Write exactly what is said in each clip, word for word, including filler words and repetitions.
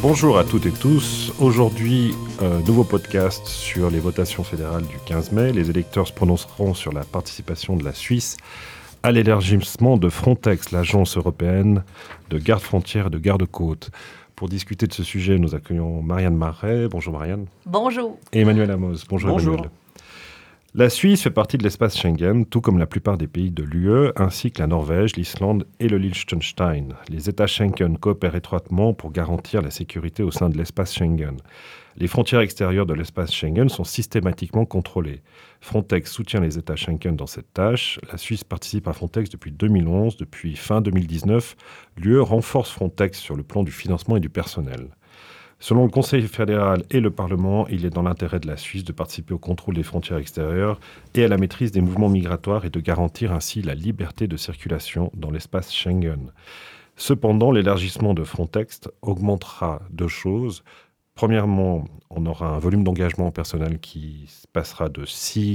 Bonjour à toutes et tous. Aujourd'hui, euh, nouveau podcast sur les votations fédérales du quinze mai. Les électeurs se prononceront sur la participation de la Suisse à l'élargissement de Frontex, l'agence européenne de garde-frontières et de garde-côtes. Pour discuter de ce sujet, nous accueillons Marianne Marais. Bonjour Marianne. Bonjour. Et Emmanuel Amos. Bonjour, Bonjour. Emmanuel. La Suisse fait partie de l'espace Schengen, tout comme la plupart des pays de l'U E, ainsi que la Norvège, l'Islande et le Liechtenstein. Les États Schengen coopèrent étroitement pour garantir la sécurité au sein de l'espace Schengen. Les frontières extérieures de l'espace Schengen sont systématiquement contrôlées. Frontex soutient les États Schengen dans cette tâche. La Suisse participe à Frontex depuis deux mille onze. Depuis fin deux mille dix-neuf, l'U E renforce Frontex sur le plan du financement et du personnel. Selon le Conseil fédéral et le Parlement, il est dans l'intérêt de la Suisse de participer au contrôle des frontières extérieures et à la maîtrise des mouvements migratoires et de garantir ainsi la liberté de circulation dans l'espace Schengen. Cependant, l'élargissement de Frontex augmentera deux choses. Premièrement, on aura un volume d'engagement personnel qui passera de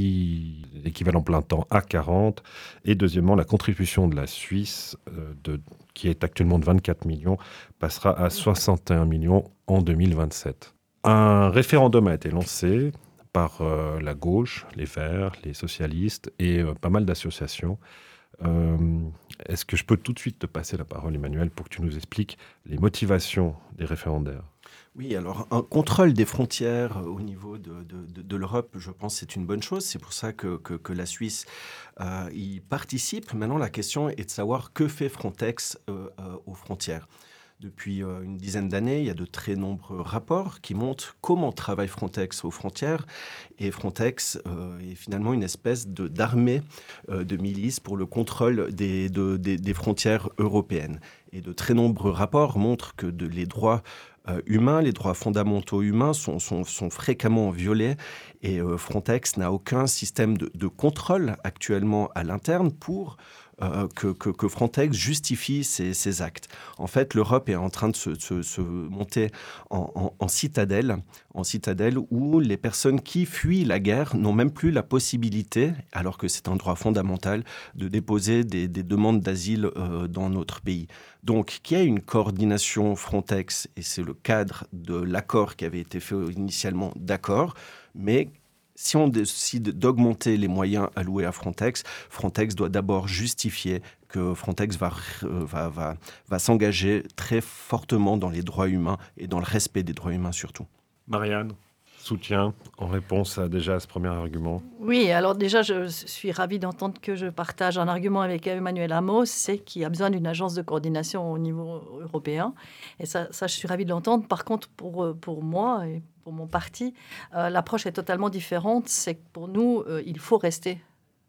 six équivalents plein temps à quarante. Et deuxièmement, la contribution de la Suisse, euh, de, qui est actuellement de vingt-quatre millions, passera à soixante et un millions en deux mille vingt-sept. Un référendum a été lancé par euh, la gauche, les Verts, les socialistes et euh, pas mal d'associations. Euh, est-ce que je peux tout de suite te passer la parole, Emmanuel, pour que tu nous expliques les motivations des référendaires ? Oui, alors un contrôle des frontières au niveau de, de, de, de l'Europe, je pense que c'est une bonne chose. C'est pour ça que, que, que la Suisse euh, y participe. Maintenant, la question est de savoir que fait Frontex euh, euh, aux frontières. Depuis euh, une dizaine d'années, il y a de très nombreux rapports qui montrent comment travaille Frontex aux frontières. Et Frontex euh, est finalement une espèce de, d'armée euh, de milices pour le contrôle des, de, des, des frontières européennes. Et de très nombreux rapports montrent que de, les droits euh, humains, les droits fondamentaux humains sont, sont, sont fréquemment violés. Et euh, Frontex n'a aucun système de, de contrôle actuellement à l'interne pour Euh, que, que, que Frontex justifie ces, ces actes. En fait, l'Europe est en train de se, se, se monter en, en, en citadelle, en citadelle où les personnes qui fuient la guerre n'ont même plus la possibilité, alors que c'est un droit fondamental, de déposer des, des demandes d'asile euh, dans notre pays. Donc, qu'il y ait une coordination Frontex, et c'est le cadre de l'accord qui avait été fait initialement, d'accord, mais si on décide d'augmenter les moyens alloués à Frontex, Frontex doit d'abord justifier que Frontex va, va, va, va s'engager très fortement dans les droits humains et dans le respect des droits humains surtout. Marianne, soutien en réponse à déjà à ce premier argument. Oui, alors déjà, je suis ravie d'entendre que je partage un argument avec Emmanuel Amos, c'est qu'il y a besoin d'une agence de coordination au niveau européen. Et ça, ça je suis ravie de l'entendre. Par contre, pour, pour moi et pour mon parti, euh, l'approche est totalement différente. C'est que pour nous, euh, il faut rester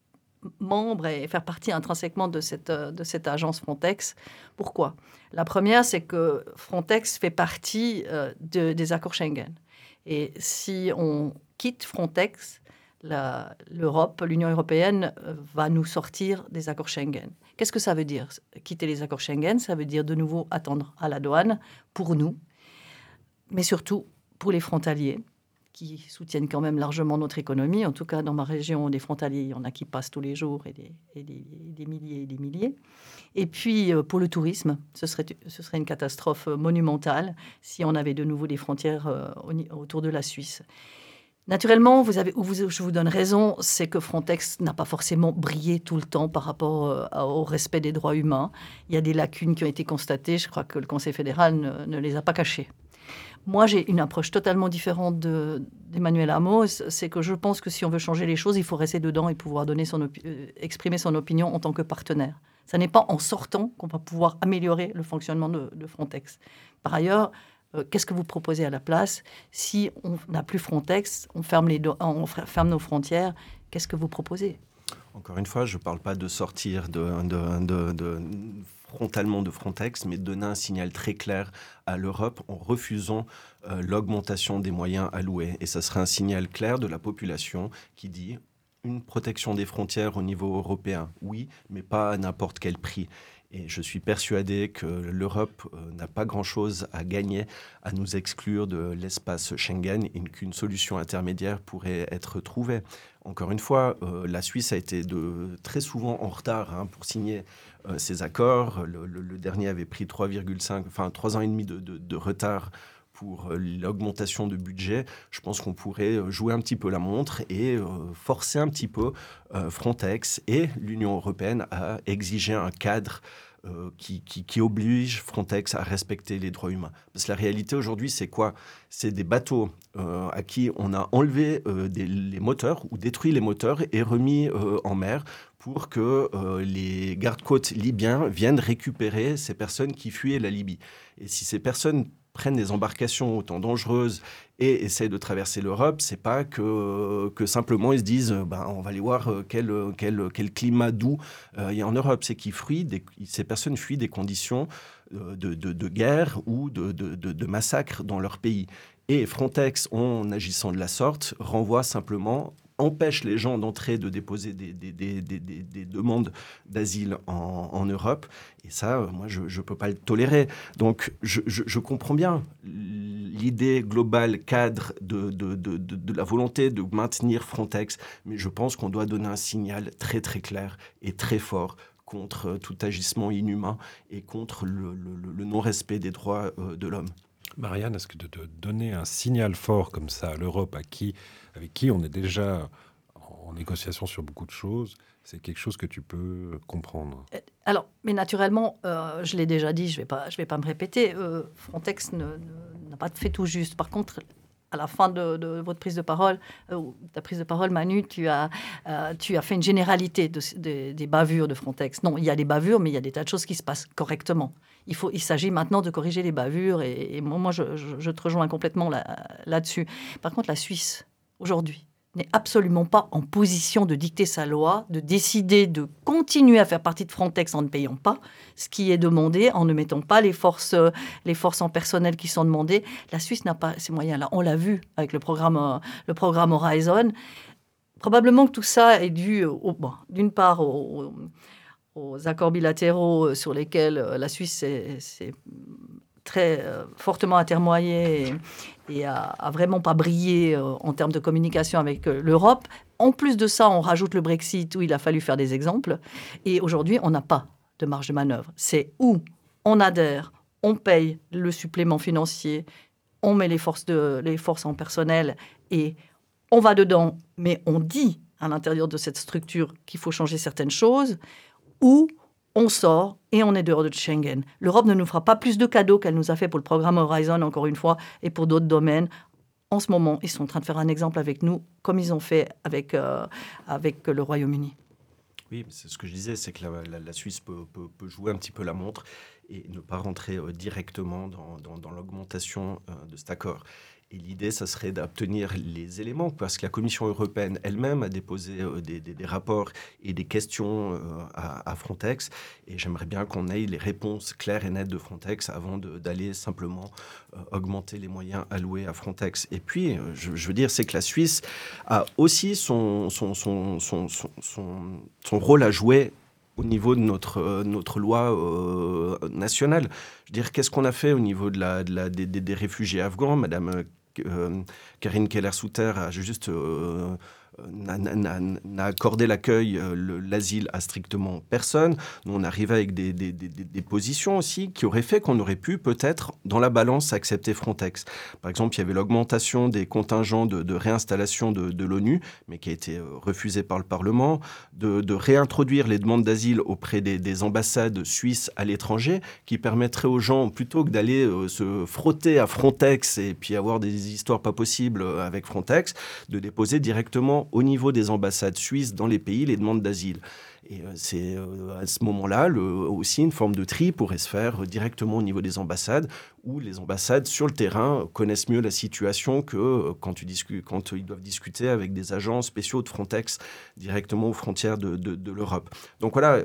membre et faire partie intrinsèquement de cette, de cette agence Frontex. Pourquoi ? La première, c'est que Frontex fait partie euh, de, des accords Schengen. Et si on quitte Frontex, la, l'Europe, l'Union européenne va nous sortir des accords Schengen. Qu'est-ce que ça veut dire ? Quitter les accords Schengen, ça veut dire de nouveau attendre à la douane pour nous, mais surtout pour les frontaliers qui soutiennent quand même largement notre économie. En tout cas, dans ma région, des frontaliers, il y en a qui passent tous les jours et des, et des, des milliers et des milliers. Et puis, euh, pour le tourisme, ce serait, ce serait une catastrophe monumentale si on avait de nouveau des frontières euh, autour de la Suisse. Naturellement, vous avez, vous, je vous donne raison, c'est que Frontex n'a pas forcément brillé tout le temps par rapport euh, au respect des droits humains. Il y a des lacunes qui ont été constatées. Je crois que le Conseil fédéral ne, ne les a pas cachées. Moi, j'ai une approche totalement différente de, d'Emmanuel Amos. C'est que je pense que si on veut changer les choses, il faut rester dedans et pouvoir donner son opi- euh, exprimer son opinion en tant que partenaire. Ce n'est pas en sortant qu'on va pouvoir améliorer le fonctionnement de, de Frontex. Par ailleurs, euh, qu'est-ce que vous proposez à la place ? Si on n'a plus Frontex, on ferme, les do- on ferme nos frontières, qu'est-ce que vous proposez ? Encore une fois, je ne parle pas de sortir de, de, de, de, frontalement de Frontex, mais de donner un signal très clair à l'Europe en refusant euh, l'augmentation des moyens alloués. Et ce serait un signal clair de la population qui dit une protection des frontières au niveau européen, oui, mais pas à n'importe quel prix. Et je suis persuadé que l'Europe euh, n'a pas grand-chose à gagner à nous exclure de l'espace Schengen et qu'une solution intermédiaire pourrait être trouvée. Encore une fois, euh, la Suisse a été de, très souvent en retard hein, pour signer euh, ces accords. Le, le, le dernier avait pris trois virgule cinq, enfin trois ans et demi de, de, de retard pour l'augmentation de budget, je pense qu'on pourrait jouer un petit peu la montre et euh, forcer un petit peu euh, Frontex et l'Union européenne à exiger un cadre euh, qui, qui, qui oblige Frontex à respecter les droits humains. Parce que la réalité aujourd'hui, c'est quoi ? C'est des bateaux euh, à qui on a enlevé euh, des, les moteurs ou détruit les moteurs et remis euh, en mer pour que euh, les gardes-côtes libyens viennent récupérer ces personnes qui fuyaient la Libye. Et si ces personnes prennent des embarcations autant dangereuses et essayent de traverser l'Europe, c'est pas que, que simplement ils se disent ben, on va aller voir quel, quel, quel climat doux euh, il y a en Europe. C'est qu'ils fuient des, ces personnes fuient des conditions de, de, de guerre ou de, de, de, de massacre dans leur pays. Et Frontex, en agissant de la sorte, renvoie simplement empêche les gens d'entrer, de déposer des, des, des, des, des, des demandes d'asile en, en Europe. Et ça, moi, je ne peux pas le tolérer. Donc, je, je, je comprends bien l'idée globale, cadre de, de, de, de, de la volonté de maintenir Frontex, mais je pense qu'on doit donner un signal très, très clair et très fort contre tout agissement inhumain et contre le, le, le non-respect des droits euh, de l'homme. Marianne, est-ce que de, de donner un signal fort comme ça à l'Europe, à qui, avec qui on est déjà en négociation sur beaucoup de choses, c'est quelque chose que tu peux comprendre? Alors, mais naturellement, euh, je l'ai déjà dit, je ne vais pas, je vais pas me répéter, euh, Frontex ne, ne, n'a pas fait tout juste. Par contre, à la fin de, de votre prise de parole, euh, ta prise de parole, Manu, tu as, euh, tu as fait une généralité de, de, des bavures de Frontex. Non, il y a des bavures, mais il y a des tas de choses qui se passent correctement. Il, faut, il s'agit maintenant de corriger les bavures et, et moi, je, je, je te rejoins complètement là, là-dessus. Par contre, la Suisse, aujourd'hui, n'est absolument pas en position de dicter sa loi, de décider de continuer à faire partie de Frontex en ne payant pas ce qui est demandé, en ne mettant pas les forces, les forces en personnel qui sont demandées. La Suisse n'a pas ces moyens-là. On l'a vu avec le programme, le programme Horizon. Probablement que tout ça est dû, au, bon, d'une part, au, aux accords bilatéraux sur lesquels la Suisse s'est, s'est très euh, fortement atermoyée et, et a, a vraiment pas brillé euh, en termes de communication avec euh, l'Europe. En plus de ça, on rajoute le Brexit où il a fallu faire des exemples. Et aujourd'hui, on n'a pas de marge de manœuvre. C'est où on adhère, on paye le supplément financier, on met les forces, de, les forces en personnel et on va dedans, mais on dit à l'intérieur de cette structure qu'il faut changer certaines choses, ou on sort et on est dehors de Schengen. L'Europe ne nous fera pas plus de cadeaux qu'elle nous a fait pour le programme Horizon, encore une fois, et pour d'autres domaines. En ce moment, ils sont en train de faire un exemple avec nous, comme ils ont fait avec, euh, avec le Royaume-Uni. Oui, c'est ce que je disais, c'est que la, la, la Suisse peut, peut, peut jouer un petit peu la montre et ne pas rentrer euh, directement dans, dans, dans l'augmentation euh, de cet accord. Et l'idée, ça serait d'obtenir les éléments, parce que la Commission européenne elle-même a déposé euh, des, des, des rapports et des questions euh, à, à Frontex. Et j'aimerais bien qu'on ait les réponses claires et nettes de Frontex avant de, d'aller simplement euh, augmenter les moyens alloués à Frontex. Et puis, euh, je, je veux dire, c'est que la Suisse a aussi son, son, son, son, son, son, son rôle à jouer au niveau de notre, euh, notre loi euh, nationale. Je veux dire, qu'est-ce qu'on a fait au niveau de la, de la, des, des, des réfugiés afghans? Madame euh, Karine Keller-Souter a juste... Euh, N'a, n'a, n'a accordé l'accueil, euh, le, l'asile à strictement personne. Nous, on arrivait avec des, des, des, des positions aussi qui auraient fait qu'on aurait pu peut-être, dans la balance, accepter Frontex. Par exemple, il y avait l'augmentation des contingents de, de réinstallation de, de l'ONU, mais qui a été euh, refusée par le Parlement, de, de réintroduire les demandes d'asile auprès des, des ambassades suisses à l'étranger, qui permettrait aux gens, plutôt que d'aller euh, se frotter à Frontex et puis avoir des histoires pas possibles avec Frontex, de déposer directement au niveau des ambassades suisses dans les pays les demandes d'asile. Et euh, c'est euh, à ce moment-là le, aussi une forme de tri pourrait se faire euh, directement au niveau des ambassades, où les ambassades sur le terrain connaissent mieux la situation que euh, quand, tu discu- quand euh, ils doivent discuter avec des agents spéciaux de Frontex directement aux frontières de, de, de l'Europe. Donc voilà.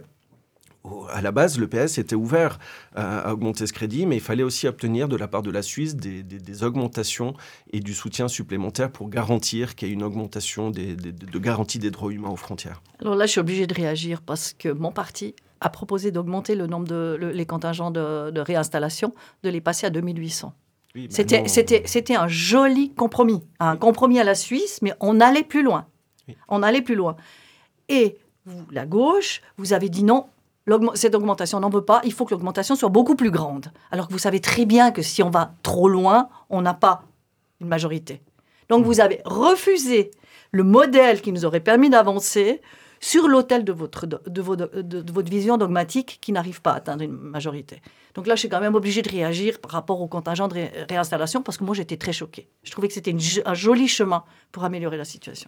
À la base, le P S était ouvert à, à augmenter ce crédit, mais il fallait aussi obtenir de la part de la Suisse des, des, des augmentations et du soutien supplémentaire pour garantir qu'il y ait une augmentation des, des, de garantie des droits humains aux frontières. Alors là, je suis obligée de réagir parce que mon parti a proposé d'augmenter le nombre de le, les contingents de, de réinstallation, de les passer à deux mille huit cents. Oui, c'était, non... c'était, c'était un joli compromis, un oui. compromis à la Suisse, mais on allait plus loin. Oui. On allait plus loin. Et vous, la gauche, vous avez dit non. cette augmentation, on n'en veut pas, il faut que l'augmentation soit beaucoup plus grande. Alors que vous savez très bien que si on va trop loin, on n'a pas une majorité. Donc vous avez refusé le modèle qui nous aurait permis d'avancer sur l'autel de votre, de, de, de, de, de votre vision dogmatique qui n'arrive pas à atteindre une majorité. Donc là, je suis quand même obligée de réagir par rapport au contingent de ré, réinstallation parce que moi, j'étais très choquée. Je trouvais que c'était une, un joli chemin pour améliorer la situation.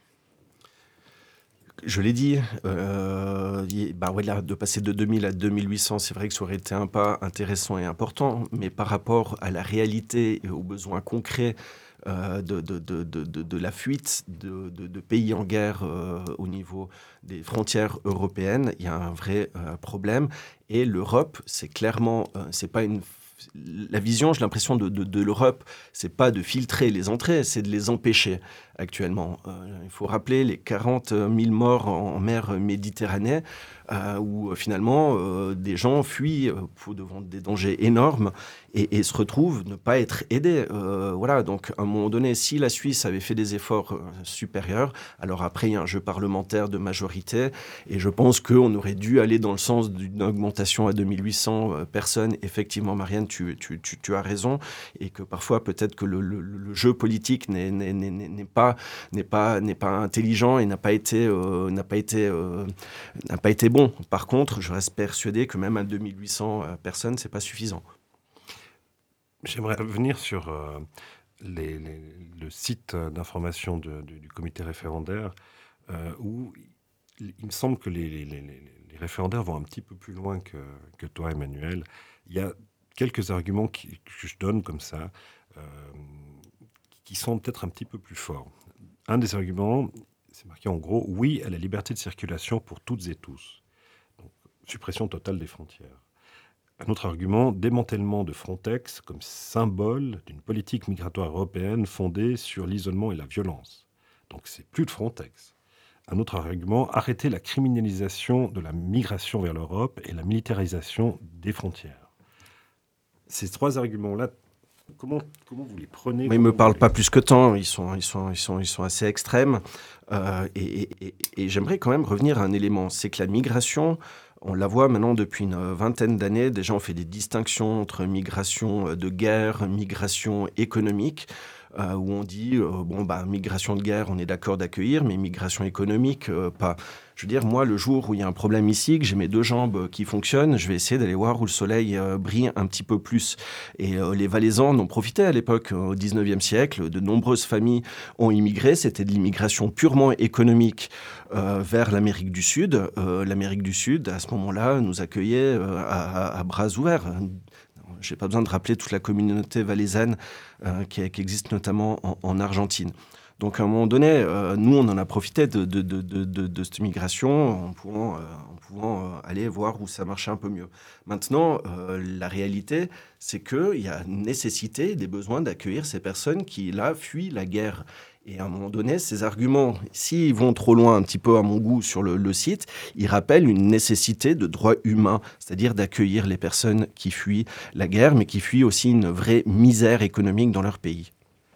Je l'ai dit, euh, bah voilà, de passer de deux mille à deux mille huit cents, c'est vrai que ça aurait été un pas intéressant et important, mais par rapport à la réalité et aux besoins concrets euh, de, de, de, de, de la fuite de, de, de pays en guerre euh, au niveau des frontières européennes, il y a un vrai euh, problème. Et l'Europe, c'est clairement, euh, c'est pas une... La vision, j'ai l'impression, de, de, de l'Europe, c'est pas de filtrer les entrées, c'est de les empêcher actuellement. Euh, il faut rappeler les quarante mille morts en, en mer Méditerranée, euh, où finalement euh, des gens fuient euh, devant des dangers énormes et, et se retrouvent ne pas être aidés. Euh, voilà, donc à un moment donné, si la Suisse avait fait des efforts euh, supérieurs, alors après il y a un jeu parlementaire de majorité et je pense qu'on aurait dû aller dans le sens d'une augmentation à deux mille huit cents euh, personnes. Effectivement, Marianne, tu, tu, tu, tu as raison et que parfois peut-être que le, le, le jeu politique n'est, n'est, n'est, n'est pas n'est pas n'est pas intelligent et n'a pas été euh, n'a pas été euh, n'a pas été bon. Par contre, je reste persuadé que même à deux mille huit cents euh, personnes, c'est pas suffisant. J'aimerais revenir sur euh, les, les, le site d'information de, de, du comité référendaire euh, où il, il me semble que les, les, les, les référendaires vont un petit peu plus loin que, que toi, Emmanuel. Il y a quelques arguments qui, que je donne comme ça euh, qui sont peut-être un petit peu plus forts. Un des arguments, c'est marqué en gros, oui à la liberté de circulation pour toutes et tous. Donc, suppression totale des frontières. Un autre argument, démantèlement de Frontex comme symbole d'une politique migratoire européenne fondée sur l'isolement et la violence. Donc c'est plus de Frontex. Un autre argument, arrêter la criminalisation de la migration vers l'Europe et la militarisation des frontières. Ces trois arguments-là, Comment, comment vous les prenez? Mais ils ne me parlent les... pas plus que tant, ils sont, ils sont, ils sont, ils sont assez extrêmes. Euh, et, et, et, et j'aimerais quand même revenir à un élément, c'est que la migration, on la voit maintenant depuis une vingtaine d'années, déjà on fait des distinctions entre migration de guerre, migration économique, euh, où on dit, euh, bon, bah, migration de guerre, on est d'accord d'accueillir, mais migration économique, euh, pas. Je veux dire, moi, le jour où il y a un problème ici, que j'ai mes deux jambes qui fonctionnent, je vais essayer d'aller voir où le soleil euh, brille un petit peu plus. Et euh, les Valaisans en ont profité à l'époque, au dix-neuvième siècle. De nombreuses familles ont immigré. C'était de l'immigration purement économique euh, vers l'Amérique du Sud. Euh, L'Amérique du Sud, à ce moment-là, nous accueillait euh, à, à, à bras ouverts. Je n'ai pas besoin de rappeler toute la communauté valaisanne euh, qui, qui existe notamment en, en Argentine. Donc, à un moment donné, euh, nous, on en a profité de, de, de, de, de, de cette migration en pouvant, euh, en pouvant euh, aller voir où ça marchait un peu mieux. Maintenant, euh, la réalité, c'est qu'il y a nécessité, des besoins d'accueillir ces personnes qui, là, fuient la guerre. Et à un moment donné, ces arguments, s'ils vont trop loin, un petit peu à mon goût, sur le, le site, ils rappellent une nécessité de droit humain, c'est-à-dire d'accueillir les personnes qui fuient la guerre, mais qui fuient aussi une vraie misère économique dans leur pays.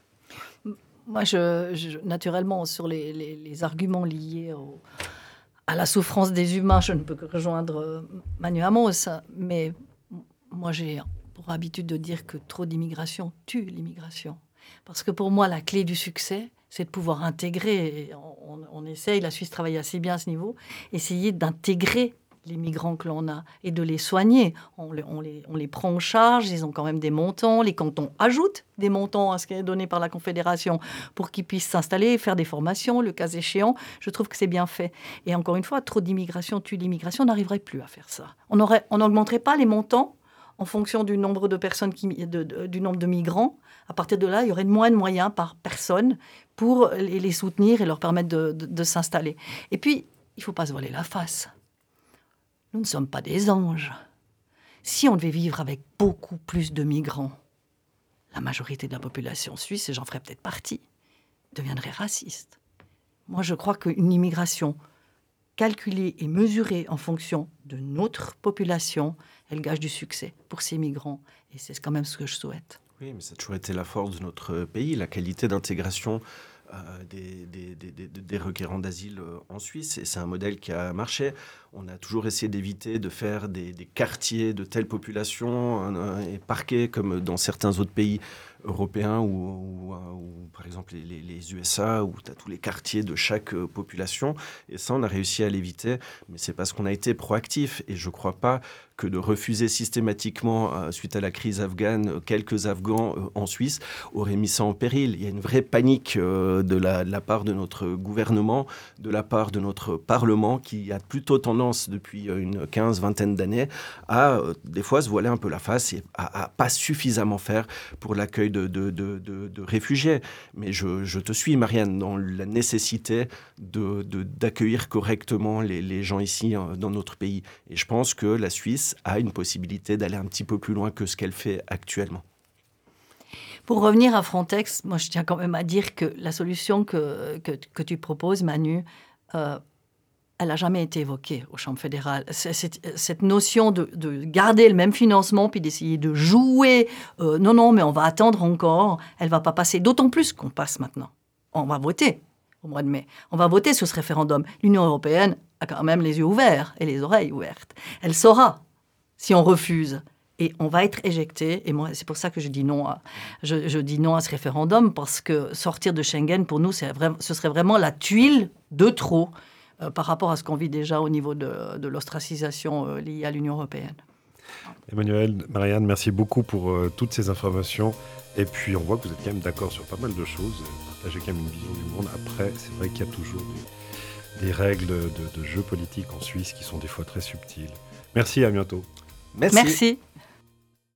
Moi, je, je, naturellement, sur les, les, les arguments liés au, à la souffrance des humains, je ne peux que rejoindre Manu Amos. Mais moi, j'ai pour habitude de dire que trop d'immigration tue l'immigration. Parce que pour moi, la clé du succès, c'est de pouvoir intégrer. On, on essaye, la Suisse travaille assez bien à ce niveau, essayer d'intégrer les migrants que l'on a et de les soigner. On les, on, les, on les prend en charge, ils ont quand même des montants. Les cantons ajoutent des montants à ce qui est donné par la Confédération pour qu'ils puissent s'installer, faire des formations, le cas échéant. Je trouve que c'est bien fait. Et encore une fois, trop d'immigration tue l'immigration, on n'arriverait plus à faire ça. On n'augmenterait pas les montants en fonction du nombre de personnes, qui, de, de, du nombre de migrants. À partir de là, il y aurait moins de moyens par personne pour les, les soutenir et leur permettre de, de, de s'installer. Et puis, il ne faut pas se voiler la face. Nous ne sommes pas des anges. Si on devait vivre avec beaucoup plus de migrants, la majorité de la population suisse, et j'en ferais peut-être partie, deviendrait raciste. Moi, je crois qu'une immigration calculée et mesurée en fonction de notre population, elle gage du succès pour ces migrants. Et c'est quand même ce que je souhaite. Oui, mais ça a toujours été la force de notre pays, la qualité d'intégration Euh, des, des, des, des, des requérants d'asile euh, en Suisse, et c'est un modèle qui a marché. On a toujours essayé d'éviter de faire des, des quartiers de telle population euh, et parquets comme dans certains autres pays européens ou, ou, ou par exemple les, les U S A où tu as tous les quartiers de chaque euh, population. Et ça, on a réussi à l'éviter, mais c'est parce qu'on a été proactif. Et je ne crois pas que de refuser systématiquement, euh, suite à la crise afghane, quelques Afghans euh, en Suisse aurait mis ça en péril. Il y a une vraie panique euh, de, la, de la part de notre gouvernement, de la part de notre Parlement, qui a plutôt tendance depuis une quinze, vingtaine d'années à, euh, des fois, se voiler un peu la face et à, à pas suffisamment faire pour l'accueil de, de, de, de, de réfugiés. Mais je, je te suis, Marianne, dans la nécessité de, de, d'accueillir correctement les, les gens ici euh, dans notre pays. Et je pense que la Suisse a une possibilité d'aller un petit peu plus loin que ce qu'elle fait actuellement. Pour revenir à Frontex, moi je tiens quand même à dire que la solution que, que, que tu proposes, Manu, euh, elle n'a jamais été évoquée aux chambres fédérales. C'est, c'est, cette notion de, de garder le même financement puis d'essayer de jouer, euh, non, non, mais on va attendre encore, elle ne va pas passer. D'autant plus qu'on passe maintenant. On va voter au mois de mai. On va voter sur ce référendum. L'Union européenne a quand même les yeux ouverts et les oreilles ouvertes. Elle saura si on refuse. Et on va être éjecté. Et moi, c'est pour ça que je dis non à, je, je dis non à ce référendum, parce que sortir de Schengen, pour nous, c'est vraiment, ce serait vraiment la tuile de trop euh, par rapport à ce qu'on vit déjà au niveau de, de l'ostracisation euh, liée à l'Union européenne. Emmanuel, Marianne, merci beaucoup pour euh, toutes ces informations. Et puis, on voit que vous êtes quand même d'accord sur pas mal de choses. Vous partagez quand même une vision du monde. Après, c'est vrai qu'il y a toujours des, des règles de, de jeu politique en Suisse qui sont des fois très subtiles. Merci, à bientôt. Merci. Merci.